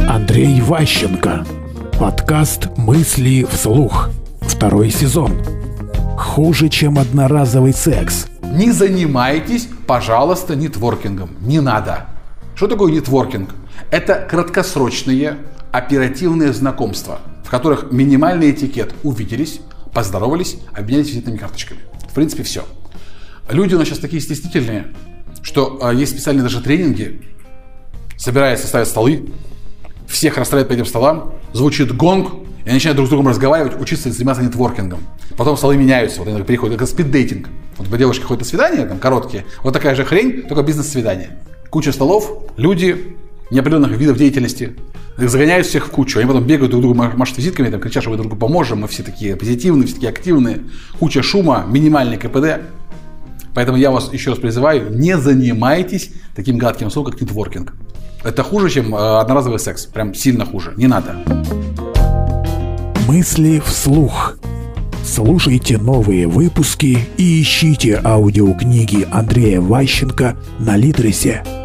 Андрей Ващенко. Подкаст «Мысли вслух». 2 сезон. Хуже, чем одноразовый секс. Не занимайтесь, пожалуйста, нетворкингом. Не надо. Что такое нетворкинг? Это краткосрочные, оперативные знакомства, в которых минимальный этикет: увиделись, поздоровались, обменялись визитными карточками. В принципе, все. Люди у нас сейчас такие стеснительные, что есть специальные даже тренинги. Собираются, ставят столы, всех расставляют по этим столам, звучит гонг, и они начинают друг с другом разговаривать, учиться заниматься нетворкингом. Потом столы меняются, вот они переходят, как спиддейтинг. Вот по девушке ходят на свидания, там короткие, вот такая же хрень, только бизнес-свидание. Куча столов, люди неопределенных видов деятельности загоняют всех в кучу. Они потом бегают друг другу, машут визитками, там, кричат, что мы друг другу поможем, мы все такие позитивные, все такие активные. Куча шума, минимальный КПД. Поэтому я вас еще раз призываю, не занимайтесь таким гадким словом, как нетворкинг. Это хуже, чем одноразовый секс. Прям сильно хуже. Не надо. Мысли вслух. Слушайте новые выпуски и ищите аудиокниги Андрея Ващенко на Литресе.